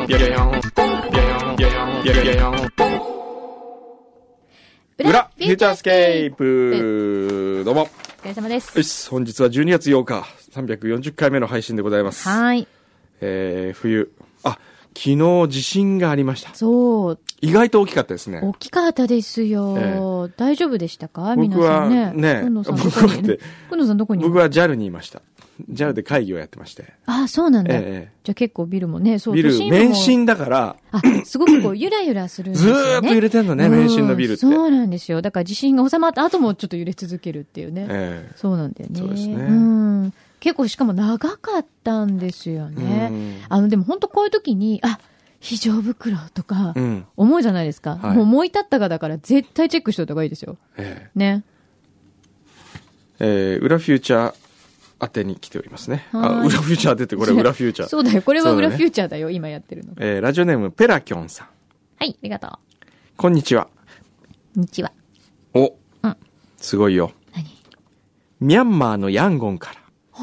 裏フューチャースケープ、どうもお疲れ様です。 よし、本日は12月8日340回目の配信でございます。 はい。 冬、昨日地震がありました。 そう。 意外と大きかったですね。 大きかったですよ。大丈夫でしたか皆さんね。 僕は僕は JAL にいました。JAL で会議をやってまして。 あ、そうなんだ。じゃあ結構ビルもね、そうビル、免震だから。 すごくこう、ゆらゆらするんですよね。 ずーっと揺れてんのね、免震のビルって。 そうなんですよ。だから地震が収まった後もちょっと揺れ続けるっていうね。そうなんだよね。 そうですね。 結構しかも長かったんですよね。でも本当こういう時に、非常袋とか、思うじゃないですか。もう思い立ったかだから絶対チェックしておいた方がいいですよ。ね。 裏フューチャー当てに来ておりますね。裏フューチャー当てってこれ裏フューチャー。 そうだよ。これは裏フューチャーだよ。今やってるの。 ラジオネームペラキョンさん。 はい、ありがとう。 こんにちは。 こんにちは。 すごいよ。 何？ ミャンマーのヤンゴンから、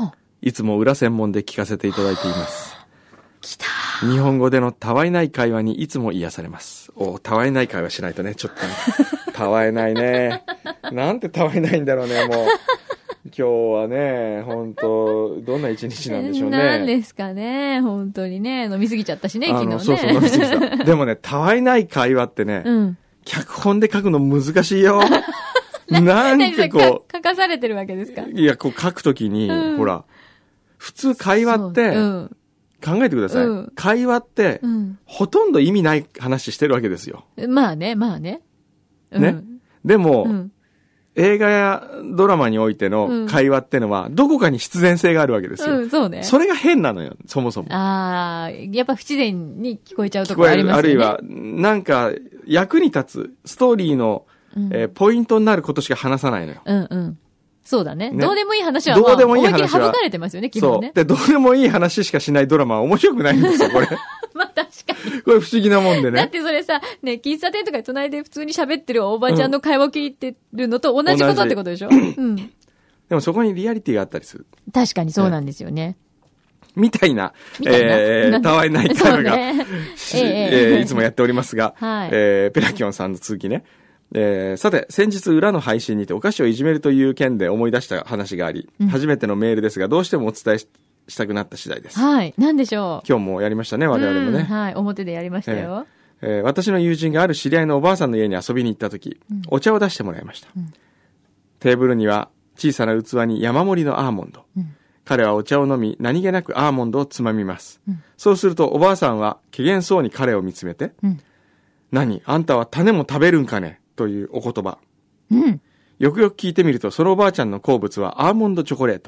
いつも裏専門で聞かせていただいています。 来た。 日本語でのたわいない会話にいつも癒されます。たわいない会話しないとね、ちょっと、ね。たわいないね。なんてたわいないんだろうね、もう。今日はね、本当どんな一日なんでしょうね。 なんですかね、本当にね。飲みすぎちゃったしね、昨日ね。 そう、飲みすぎた。でもね、たわいない会話ってね、脚本で書くの難しいよ。なんてこう。書かされてるわけですか？ いや、こう書くときに、ほら、普通会話って、考えてください。会話って、ほとんど意味ない話してるわけですよ。 まあね。ね。 でも、映画やドラマにおいての会話ってのは、どこかに必然性があるわけですよ。 そうね。 それが変なのよ、そもそも。 やっぱ不自然に聞こえちゃうところありますよね。 あるいは、なんか、役に立つ、ストーリーの、ポイントになることしか話さないのよ。 そうだね。どうでもいい話は、 どうでもいい話は省かれてますよね、基本ね。 そう。で、どうでもいい話しかしないドラマは面白くないんですよ、これ。 まあ確かに。 これ不思議なもんでね。 だってそれさ、ね、喫茶店とかで隣で普通に喋ってるおばちゃんの会話を聞いてるのと同じことってことでしょ？でもそこにリアリティがあったりする。 確かにそうなんですよね。 みたいな、たわいない会話が、いつもやっておりますが、ペラキョンさんの続きね。さて、先日裏の配信にてお菓子をいじめるという件で思い出した話があり、初めてのメールですが、どうしてもお伝えしたくなった次第です。 はい。何でしょう。 今日もやりましたね、我々もね。 はい。表でやりましたよ。 私の友人がある知り合いのおばあさんの家に遊びに行った時、お茶を出してもらいました。テーブルには小さな器に山盛りのアーモンド。彼はお茶を飲み、何気なくアーモンドをつまみます。そうするとおばあさんは怪げそうに彼を見つめて、何、あんたは種も食べるんかねというお言葉。よくよく聞いてみると、そのおばあちゃんの好物はアーモンドチョコレート。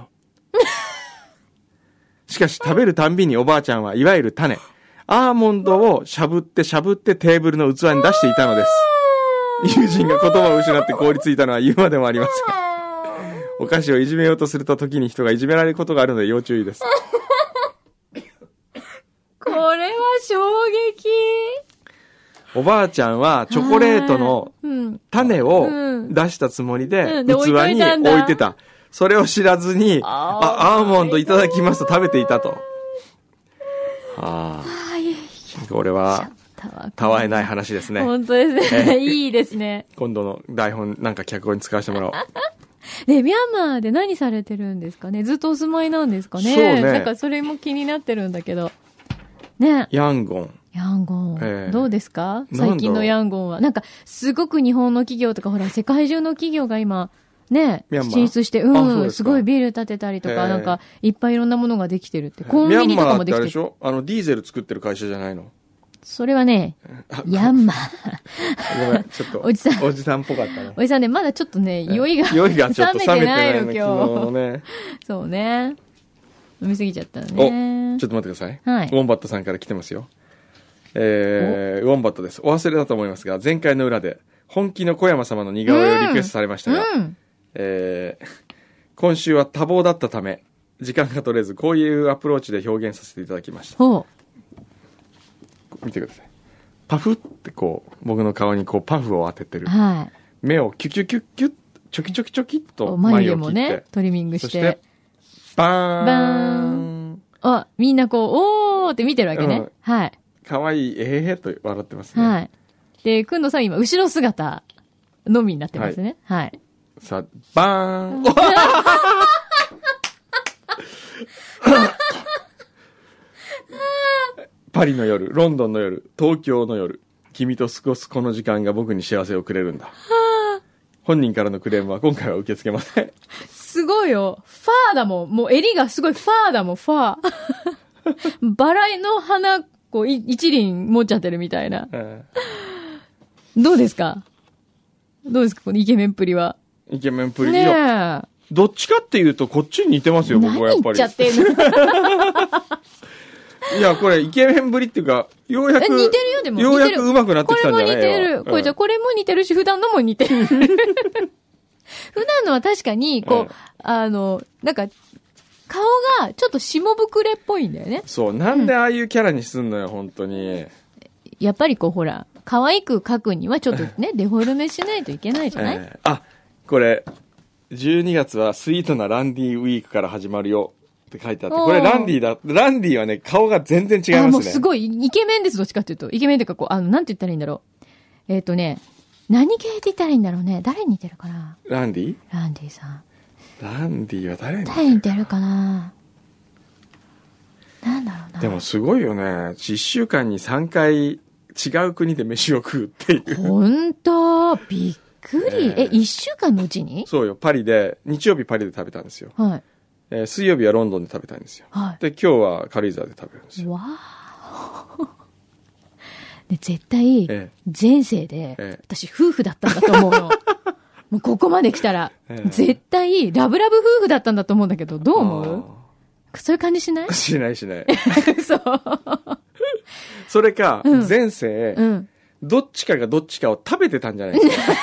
しかし食べるたんびにおばあちゃんはいわゆる種、アーモンドをしゃぶってテーブルの器に出していたのです。友人が言葉を失って凍りついたのは言うまでもありません。お菓子をいじめようとすると時に人がいじめられることがあるので要注意です。 これは衝撃。 おばあちゃんはチョコレートの種を出したつもりで器に置いてた。それを知らずに、アーモンドいただきますと食べていたと。これは、たわいない話ですね。 本当ですね。いいですね。 今度の台本、なんか脚本に使わせてもらおう。 で、ミャンマーで何されてるんですかね？ずっとお住まいなんですかね？ そうね。 なんかそれも気になってるんだけど。ね。 ヤンゴン。 どうですか？最近のヤンゴンは。なんか、すごく日本の企業とか、ほら、世界中の企業が今、ね、進出して、すごいビル建てたりとか、なんか、いっぱいいろんなものができてるって。コンビニとかもできてる。 ミャンマーってあれでしょ？ディーゼル作ってる会社じゃないの？ それはね、ヤンマー。 ごめん、ちょっと、おじさんっぽかったね。 おじさんね、まだちょっとね、酔いがちょっと冷めてないの、 今日ね。 そうね。飲みすぎちゃったね。 ちょっと待ってください。 はい。 ウォンバットさんから来てますよ。ウォンバットです。お忘れだと思いますが、前回の裏で、本気の小山様の似顔絵をリクエストされましたが、今週は多忙だったため、時間が取れず、こういうアプローチで表現させていただきました。見てください。パフってこう、僕の顔にこうパフを当ててる。 はい。 目をキュキュキュキュッ、チョキチョキチョキっと眉毛もね、トリミングして。 そして、バーン。 みんなこう、おーって見てるわけね。はい。 かわいい、と笑ってますね。 はい。で、くんのさん今、後ろ姿のみになってますね。はい。 さあ、バーンパリの夜、ロンドンの夜、東京の夜、君と過ごすこの時間が僕に幸せをくれるんだ。本人からのクレームは今回は受け付けません。 すごいよ。ファーだもん。もう襟がすごいファーだもん、ファー。バラの花、こう、一輪持っちゃってるみたいな。どうですかこのイケメンっぷりは。 イケメンっぷり。 ねえ。 どっちかっていうとこっちに似てますよ、僕はやっぱり。 何言っちゃってんのいや、これイケメンぶりっていうか、ようやく。 似てるよ、でも。 ようやく上手くなってきたんじゃない？ これも似てる。これじゃ、これも似てるし、普段のも似てる。普段のは確かに、こう、なんか、顔がちょっと下膨れっぽいんだよね。 そう、なんでああいうキャラにすんのよ、本当に。 やっぱりこう、ほら、可愛く描くにはちょっとね、デフォルメしないといけないじゃない？ あ、これ、12月はスイートなランディウィークから始まるよって書いてあって、これランディはね、顔が全然違いますね。 もうすごい、イケメンです、どっちかっていうと。イケメンっていうか、こう、なんて言ったらいいんだろう。何系って言ったらいいんだろうね。誰に似てるかな？ ランディさん。 ランディは誰に似てるかな？なんだろうな。 でもすごいよね。1週間に3回違う国で飯を食うっていう。 ほんと、びっくり。1週間のうちに？ そうよ、日曜日パリで食べたんですよ。 はい。 水曜日はロンドンで食べたんですよ。 はい。 で、今日は軽井沢で食べるんですよ。 わー。で絶対、前世で、私夫婦だったんだと思うの。もうここまで来たら、絶対ラブラブ夫婦だったんだと思うんだけど、どう思う？そういう感じしない？ しないしない。 そう。 それか、前世、どっちかがどっちかを食べてたんじゃないですか。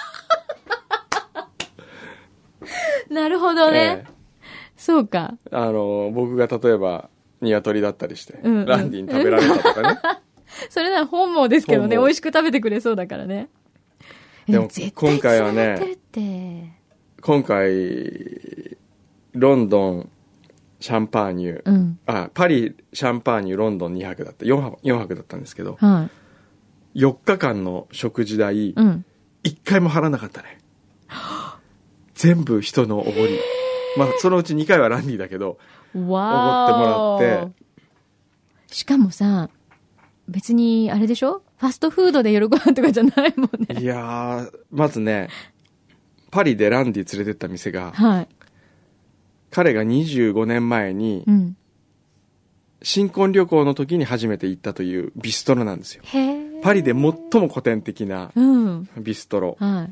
なるほどね。そうか。 僕が例えば、鶏だったりして、ランディに食べられたとかね。 それなら本望ですけどね、美味しく食べてくれそうだからね。 でも、今回はね、今回、ロンドン、シャンパーニュ、パリ、シャンパーニュ、ロンドン2泊だった。4泊だったんですけど、4日間の食事代、1回も払わなかったね。全部人のおごり。まあ、そのうち2回はランディだけど、おごってもらって。 しかもさ、別に、あれでしょ？ファストフードで喜ぶとかじゃないもんね。 いやー、まずね、パリでランディ連れてった店が、彼が25年前に、新婚旅行の時に初めて行ったというビストロなんですよ。パリで最も古典的なビストロ。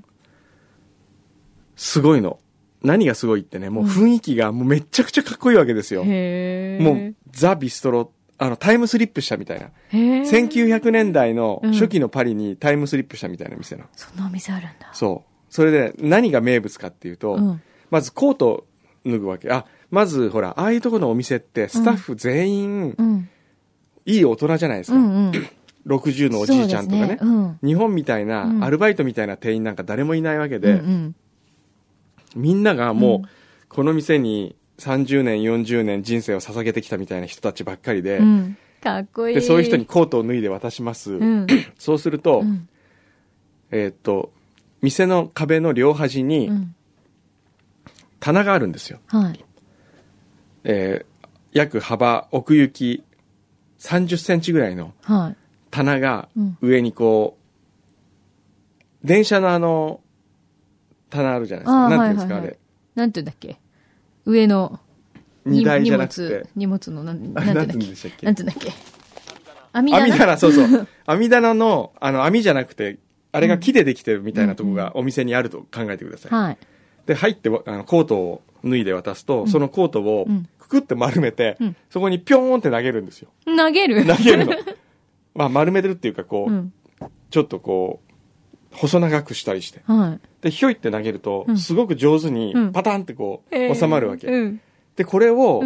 すごいの。何がすごいってね、もう雰囲気がもうめちゃくちゃかっこいいわけですよ。もうザ・ビストロ、タイムスリップしたみたいな。1900年代の初期のパリにタイムスリップしたみたいな店なの。 そんなお店あるんだ。 そう。それで何が名物かっていうと、まずコートを脱ぐわけ。まずほら、ああいうところのお店ってスタッフ全員、いい大人じゃないですか。60のおじいちゃんとかね。日本みたいな、アルバイトみたいな店員なんか誰もいないわけで、みんながもう、この店に30年、40年人生を捧げてきたみたいな人たちばっかりで、 かっこいい。 で、そういう人にコートを脱いで渡します。そうすると、店の壁の両端に、棚があるんですよ。約幅、奥行き30センチぐらいの棚が上にこう、電車の棚あるじゃないですか。なんていうんですか、あれ。 なんていうんだっけ。上の荷台じゃなくて。 荷物のなんていうんだっけ。 なんていうんだっけ。網棚、そうそう。網棚の、網じゃなくて、あれが木でできてるみたいなとこがお店にあると考えてください。で、入って、コートを脱いで渡すと、そのコートをくくって丸めて、そこにピョーンって投げるんですよ。 投げるの。まあ、丸めてるっていうか、こう、ちょっとこう、細長くしたりして。で、ひょいって投げると、すごく上手にパタンってこう、収まるわけ。で、これを、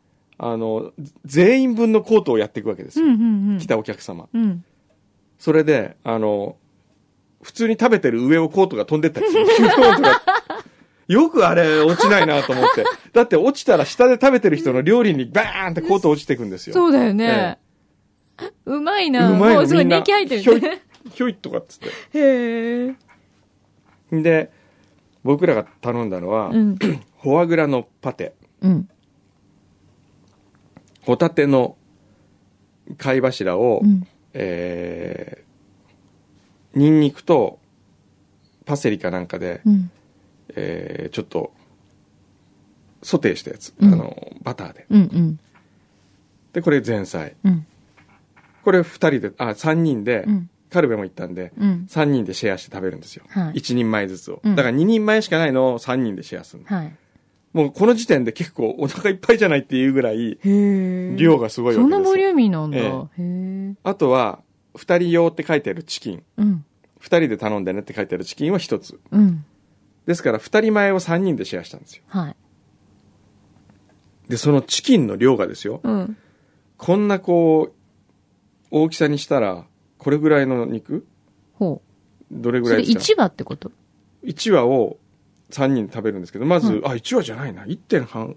全員分のコートをやっていくわけですよ。来たお客様。それで、普通に食べてる上をコートが飛んでったりする。よくあれ落ちないなと思って。だって落ちたら下で食べてる人の料理にバーンってコート落ちていくんですよ。 そうだよね。 うまいな。もうすごい年季入ってるね。 ひょいとかっつって。 へえ。で、僕らが頼んだのは、フォアグラのパテ。ホタテの貝柱を、ニンニクとパセリかなんかで、ちょっとソテーしたやつ、バターで、でこれ前菜、これ3人で、カルベも行ったんで、3人でシェアして食べるんですよ、1人前ずつを、だから2人前しかないのを3人でシェアする、もうこの時点で結構お腹いっぱいじゃないっていうぐらい量がすごいわけですよ。 そんなボリューミーなんだ。 あとは2人用って書いてあるチキン、2人で頼んでねって書いてあるチキンは1つ、ですから2人前を3人でシェアしたんですよ、でそのチキンの量がですよ、こんなこう大きさにしたらこれぐらいの肉、どれぐらいですか。 それ1羽ってこと？ 1 羽を3人で食べるんですけど、まず、1羽じゃないな、1.半、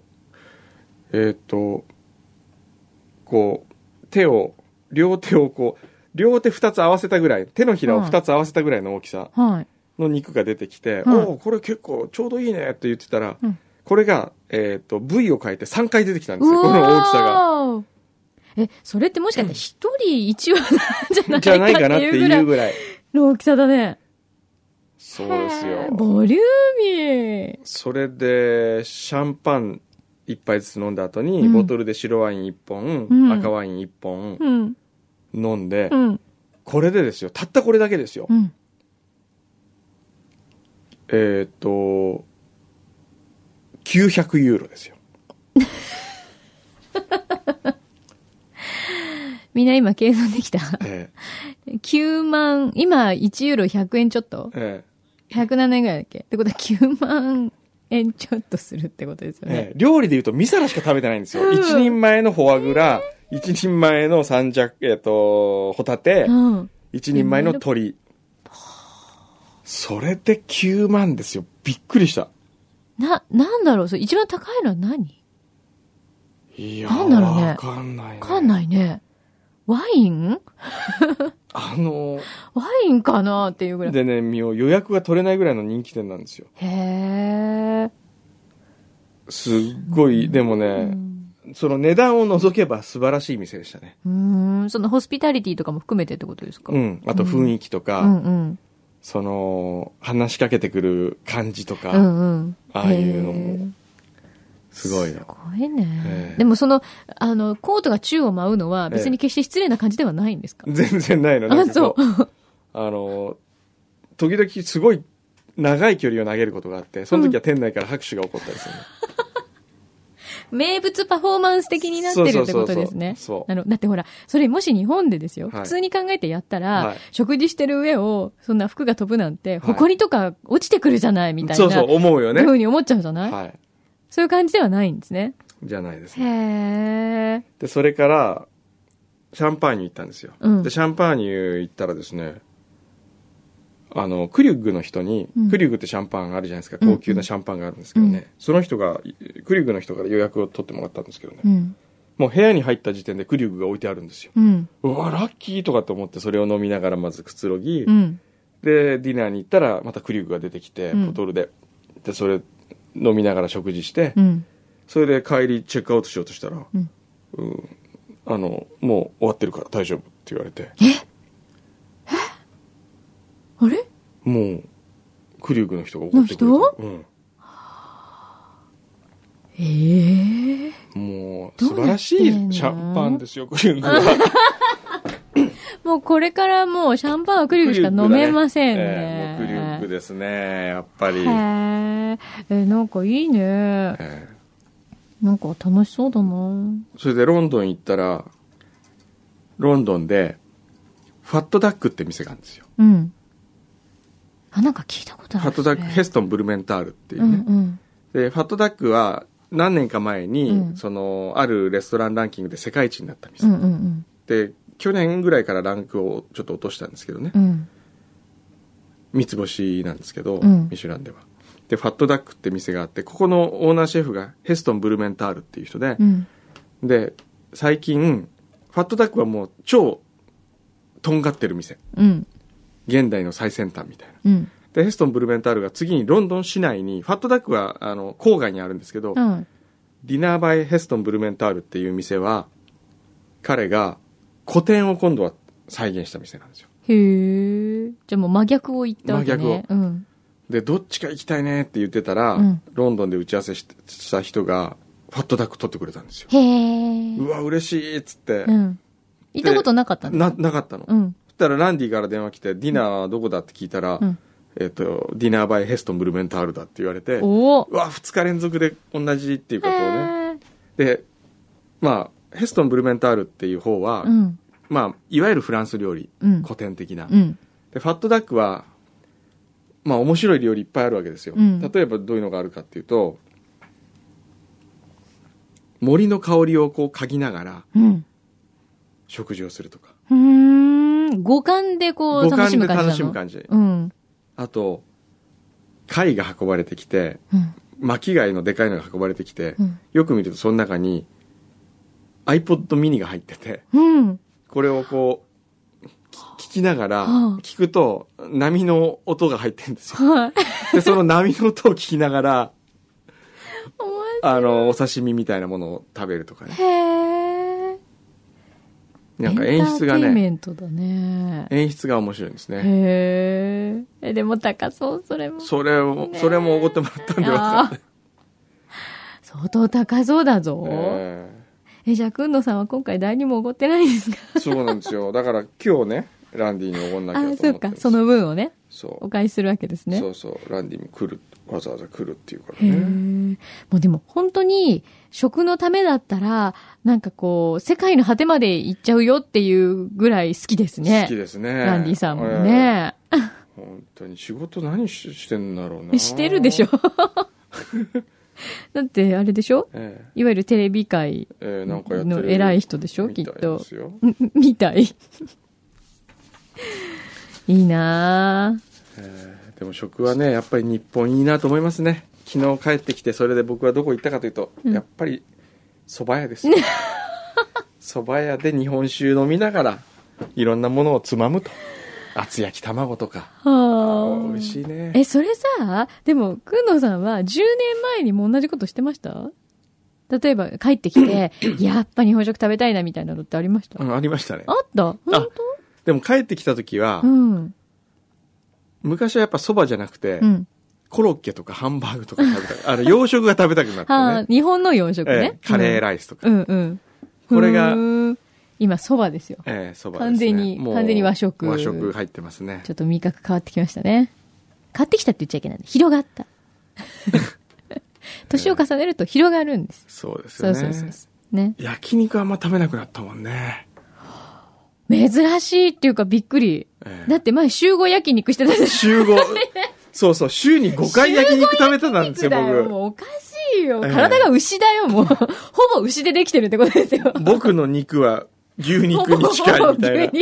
こう両手をこう両手2つ合わせたぐらい、手のひらを2つ合わせたぐらいの大きさの肉が出てきて、おおこれ結構ちょうどいいねって言ってたら、これが、部位を変えて3回出てきたんですよ、この大きさが。 それってもしかしたら1人1羽じゃないかっていうぐらいの大きさだね。 そうですよ。 ボリューミー。 それでシャンパン1杯ずつ飲んだ後に、ボトルで白ワイン1本、赤ワイン1本、飲んで、これでですよ、たったこれだけですよ、900ユーロですよ。 みんな今計算できた、9万、今1ユーロ100円ちょっと、107円ぐらいだっけってことは9万円ちょっとするってことですよね、 料理で言うと2皿しか食べてないんですよ、1人前のフォアグラ、1人前のホタテ、1人前の鶏、それで9万ですよ。びっくりした。 なんだろう、それ一番高いのは何？ いや、 なんだろうね。 わかんないね。 わかんないね。ワインワインかなっていうぐらい。 でね、予約が取れないぐらいの人気店なんですよ。 へー。 すっごい、でもね、その値段を除けば素晴らしい店でしたね。 そのホスピタリティとかも含めてってことですか？ あと雰囲気とか、その話しかけてくる感じとか、ああいうのもすごいの。 すごいね。でもコートが宙を舞うのは別に決して失礼な感じではないんですか？ 全然ないのね。 そう。 時々すごい長い距離を投げることがあって、その時は店内から拍手が起こったりする。 名物パフォーマンス的になってるってことですね。だってほら、それもし日本でですよ、普通に考えてやったら、食事してる上をそんな服が飛ぶなんて、埃とか落ちてくるじゃないみたいな。 思うよね。 ふうに思っちゃうじゃない？そういう感じではないんですね。 じゃないですね。で、それから、シャンパーニュ行ったんですよ。で、シャンパーニュ行ったらですね、クリュッグの人に、クリュッグってシャンパンあるじゃないですか、高級なシャンパンがあるんですけどね、その人が、クリュッグの人から予約を取ってもらったんですけどね、もう部屋に入った時点でクリュッグが置いてあるんですよ。うわ、ラッキーとかと思ってそれを飲みながらまずくつろぎ、で、ディナーに行ったらまたクリュッグが出てきて、ボトルで。で、それ飲みながら食事して、それで帰りチェックアウトしようとしたら、もう終わってるから大丈夫って言われて。 あれ？ もうクリューグの人が怒ってくれて、もう素晴らしいシャンパンですよ、クリューグは。 もうこれからもうシャンパンはクリューグしか飲めませんね。 もうクリューグですね、やっぱり。 なんかいいね。なんか楽しそうだな。 それでロンドン行ったら、ロンドンでファットダックって店があるんですよ。 なんか聞いたことある。 ファットダック、ヘストンブルメンタールっていうね。で、ファットダックは何年か前に、あるレストランランキングで世界一になった店。で、去年ぐらいからランクをちょっと落としたんですけどね。三つ星なんですけど、ミシュランでは。で、ファットダックって店があって、ここのオーナーシェフがヘストンブルメンタールっていう人で、で、最近、ファットダックはもう超とんがってる店、 うん、 現代の最先端みたいな、うん、でヘストンブルメンタールが次にロンドン市内に、ファットダックは郊外にあるんですけど、うん、ディナーバイヘストンブルメンタールっていう店は彼が古典を今度は再現した店なんですよ。 へー。じゃあもう真逆を言ったわけね。真逆を、うん、 でどっちか行きたいねって言ってたら、うん、ロンドンで打ち合わせした人がファットダック取ってくれたんですよ。 へー。 うわ嬉しいっつって、 うん、行ったことなかったんですか？ なかったの、うん、そしたらランディから電話来て、ディナーはどこだって聞いたら、うん、ディナーバイヘストンブルメンタールだって言われて、うわ2日連続で同じっていうかこうね。でまあヘストンブルメンタールっていう方は、うん、まあいわゆるフランス料理、うん、古典的な、うん、でファットダックはまあ面白い料理いっぱいあるわけですよ、うん、例えばどういうのがあるかっていうと、森の香りをこう嗅ぎながら、うん、食事をするとか、 五感でこう楽しむ感じなの？五感で楽しむ感じ、 うん、あと貝が運ばれてきて、うん、巻き貝のでかいのが運ばれてきて、うん、よく見るとその中に iPod mini が入ってて、うん、これをこう聞きながら、聞くと波の音が入ってるんですよ、はい、でその波の音を聞きながらお刺身みたいなものを食べるとかね。 へー。 なんか演出がね、 エンターテイメントだね。 演出が面白いんですね。 へー。でも高そう、それもおごってもらったんで分かんない。 相当高そうだぞ。じゃあくんのさんは今回誰にもおごってないんですか？ そうなんですよ。だから今日ね、ランディにおごんなきゃと思ってるんです。 そうか、その分をね、お返しするわけですね。 そうそう、ランディに来る、わざわざ来るっていうからね。 もうでも本当に食のためだったらなんかこう世界の果てまで行っちゃうよっていうぐらい好きですね。 好きですね。 ランディさんもね。 本当に仕事何してんだろうな。 してるでしょ。だってあれでしょ、いわゆるテレビ界の偉い人でしょ、きっと。みたい。いいなぁ。 でも食はねやっぱり日本いいなと思いますね。昨日帰ってきてそれで僕はどこ行ったかというと、やっぱり蕎麦屋ですよ。蕎麦屋で日本酒飲みながらいろんなものをつまむと。厚焼き卵とか。美味しいね。 それさ、でもくんのさんは10年前にも同じことしてました？例えば帰ってきてやっぱ日本食食べたいなみたいなのってありました？ ありましたね。 あった？本当？ でも帰ってきた時は、うん、昔はやっぱ蕎麦じゃなくて、うん、コロッケとかハンバーグとか食べたい。洋食が食べたくなってね。 日本の洋食ね。 カレーライスとか。 うんうん、 これが、 今蕎麦ですよ。 蕎麦ですね。 完全に和食。 和食入ってますね。 ちょっと味覚変わってきましたね。変わってきたって言っちゃいけない。広がった。年を重ねると広がるんです。 そうですよね。そうね。 焼肉あんま食べなくなったもんね。 珍しいっていうかびっくり。だって前週5焼肉してたじゃん。 週5。そうそう、週に5回焼肉食べてたんですよ、僕。 もうおかしいよ。体が牛だよ、もう。ほぼ牛でできてるってことですよ。 僕の肉は牛肉に近いみたいな。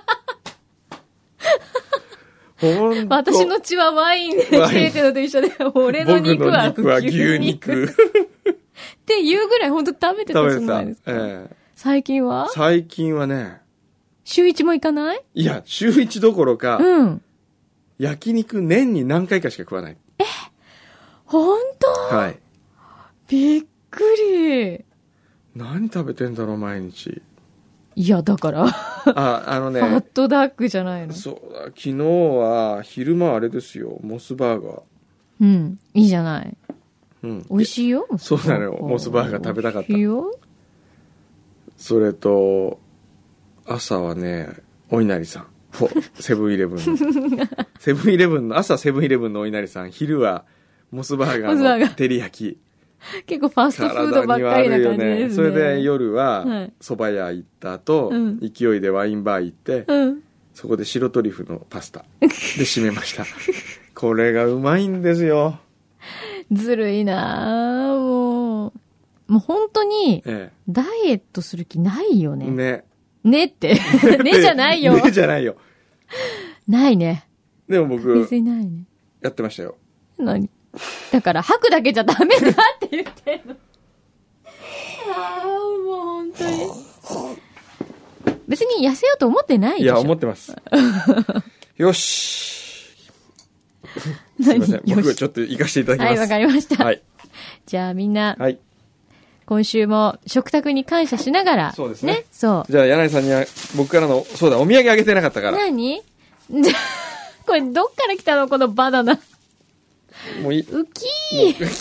私の血はワインで冷えてるのと一緒で、俺の肉は牛肉。っていうぐらい本当食べてたじゃないですか。最近はね。 週1も行かない？ いや、週1どころか、うん、焼肉年に何回かしか食わない。 本当？ はい。 びっくり。 何食べてんだろう、毎日。 いや、だから。ね。ファットダックじゃないの。 そうだ、昨日は昼間あれですよ、モスバーガー。 うん、いいじゃない。うん。美味しいよ、 そうなのよ、モスバーガー食べたかった。 美味しいよ。 それと、朝はね、お稲荷さん。セブンイレブンの。セブンイレブンの、朝セブンイレブンのお稲荷さん。昼はモスバーガーの照り焼き。 結構ファストフードばっかりな感じですね。 それで夜は蕎麦屋行った後、勢いでワインバー行って、そこで白トリュフのパスタで締めました。これがうまいんですよ。 ずるいなぁ、もう本当にダイエットする気ないよね。ねってねじゃないよ。 ねじゃないよ。 ないね。 でも僕別にないね。 やってましたよ。 何？だから吐くだけじゃダメだって言ってんの。ああ、もう本当に。 別に痩せようと思ってないでしょ。 いや、思ってます。よし。すいません。僕ちょっと行かせていただきます。 はい、わかりました。 はい。 じゃあみんな、 はい。 今週も食卓に感謝しながら。 そうですね。 そう。 じゃあ、柳井さんには僕からの、そうだ、お土産あげてなかったから。 何これどっから来たのこのバナナ。 もういい。 ウキー。ウキ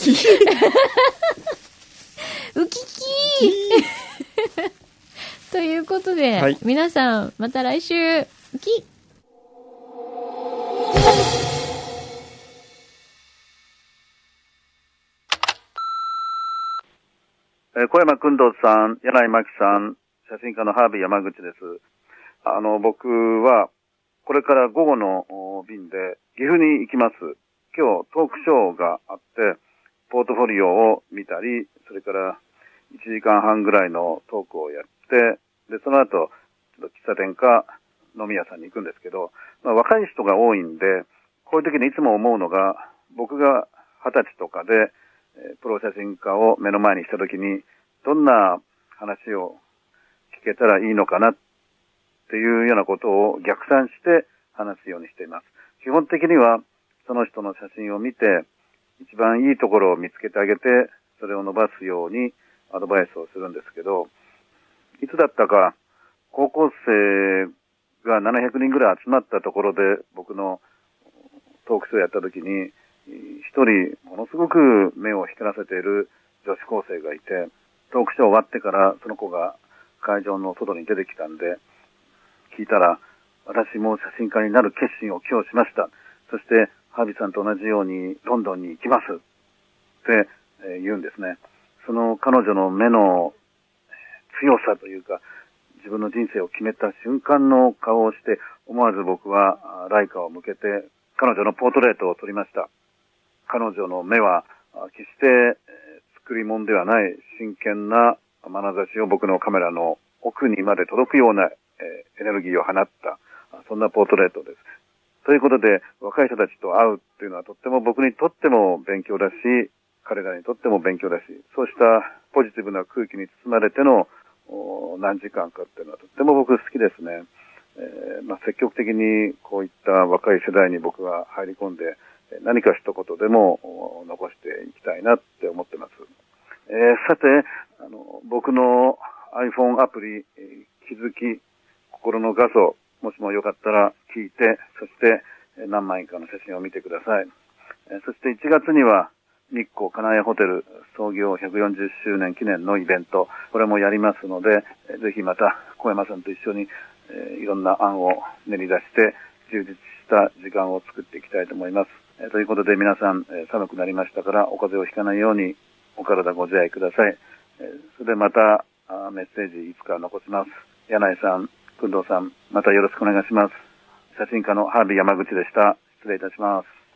キー。ということで、はい、皆さん、また来週、ウキ小山君堂さん、柳井真紀さん、写真家のハービー山口です。僕は、これから午後の便で岐阜に行きます。今日トークショーがあって、ポートフォリオを見たり、それから1時間半ぐらいのトークをやって、で、その後、ちょっと喫茶店か飲み屋さんに行くんですけど、若い人が多いんで、こういう時にいつも思うのが、僕が20歳とかで、プロ写真家を目の前にした時に、どんな話を聞けたらいいのかなっていうようなことを逆算して話すようにしています。基本的には、その人の写真を見て、一番いいところを見つけてあげて、それを伸ばすようにアドバイスをするんですけど、いつだったか、高校生が700人ぐらい集まったところで、僕のトークショーをやった時に、一人、ものすごく目を光らせている女子高生がいて、トークショー終わってからその子が会場の外に出てきたんで、聞いたら、私も写真家になる決心を今日しました。そして、ハービーさんと同じようにロンドンに行きますって言うんですね。その彼女の目の強さというか、自分の人生を決めた瞬間の顔をして、思わず僕はライカを向けて彼女のポートレートを撮りました。彼女の目は決して作り物ではない真剣な眼差しを僕のカメラの奥にまで届くようなエネルギーを放った、そんなポートレートです。ということで、若い人たちと会うっていうのはとっても僕にとっても勉強だし、彼らにとっても勉強だし、そうしたポジティブな空気に包まれての何時間かっていうのはとっても僕好きですね。積極的にこういった若い世代に僕が入り込んで、何か一言でも残していきたいなって思ってます。さて、僕の iPhone アプリ、気づき、心の画素、もしもよかったら聞いて、そして何枚かの写真を見てください。そして1月には日光金谷ホテル創業140周年記念のイベント、これもやりますので、ぜひまた小山さんと一緒にいろんな案を練り出して充実した時間を作っていきたいと思います。ということで皆さん、寒くなりましたからお風邪をひかないようにお体ご自愛ください。それでまたメッセージいつか残します。柳井さん、工藤さん、またよろしくお願いします。写真家のハービー山口でした。失礼いたします。